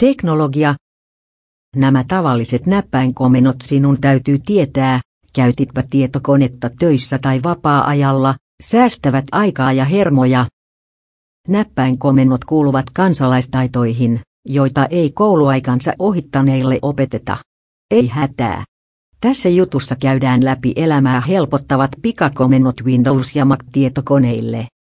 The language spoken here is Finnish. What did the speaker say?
Teknologia. Nämä tavalliset näppäinkomennot sinun täytyy tietää, käytitpä tietokonetta töissä tai vapaa-ajalla, säästävät aikaa ja hermoja. Näppäinkomennot kuuluvat kansalaistaitoihin, joita ei kouluaikansa ohittaneille opeteta. Ei hätää. Tässä jutussa käydään läpi elämää helpottavat pikakomennot Windows- ja Mac-tietokoneille.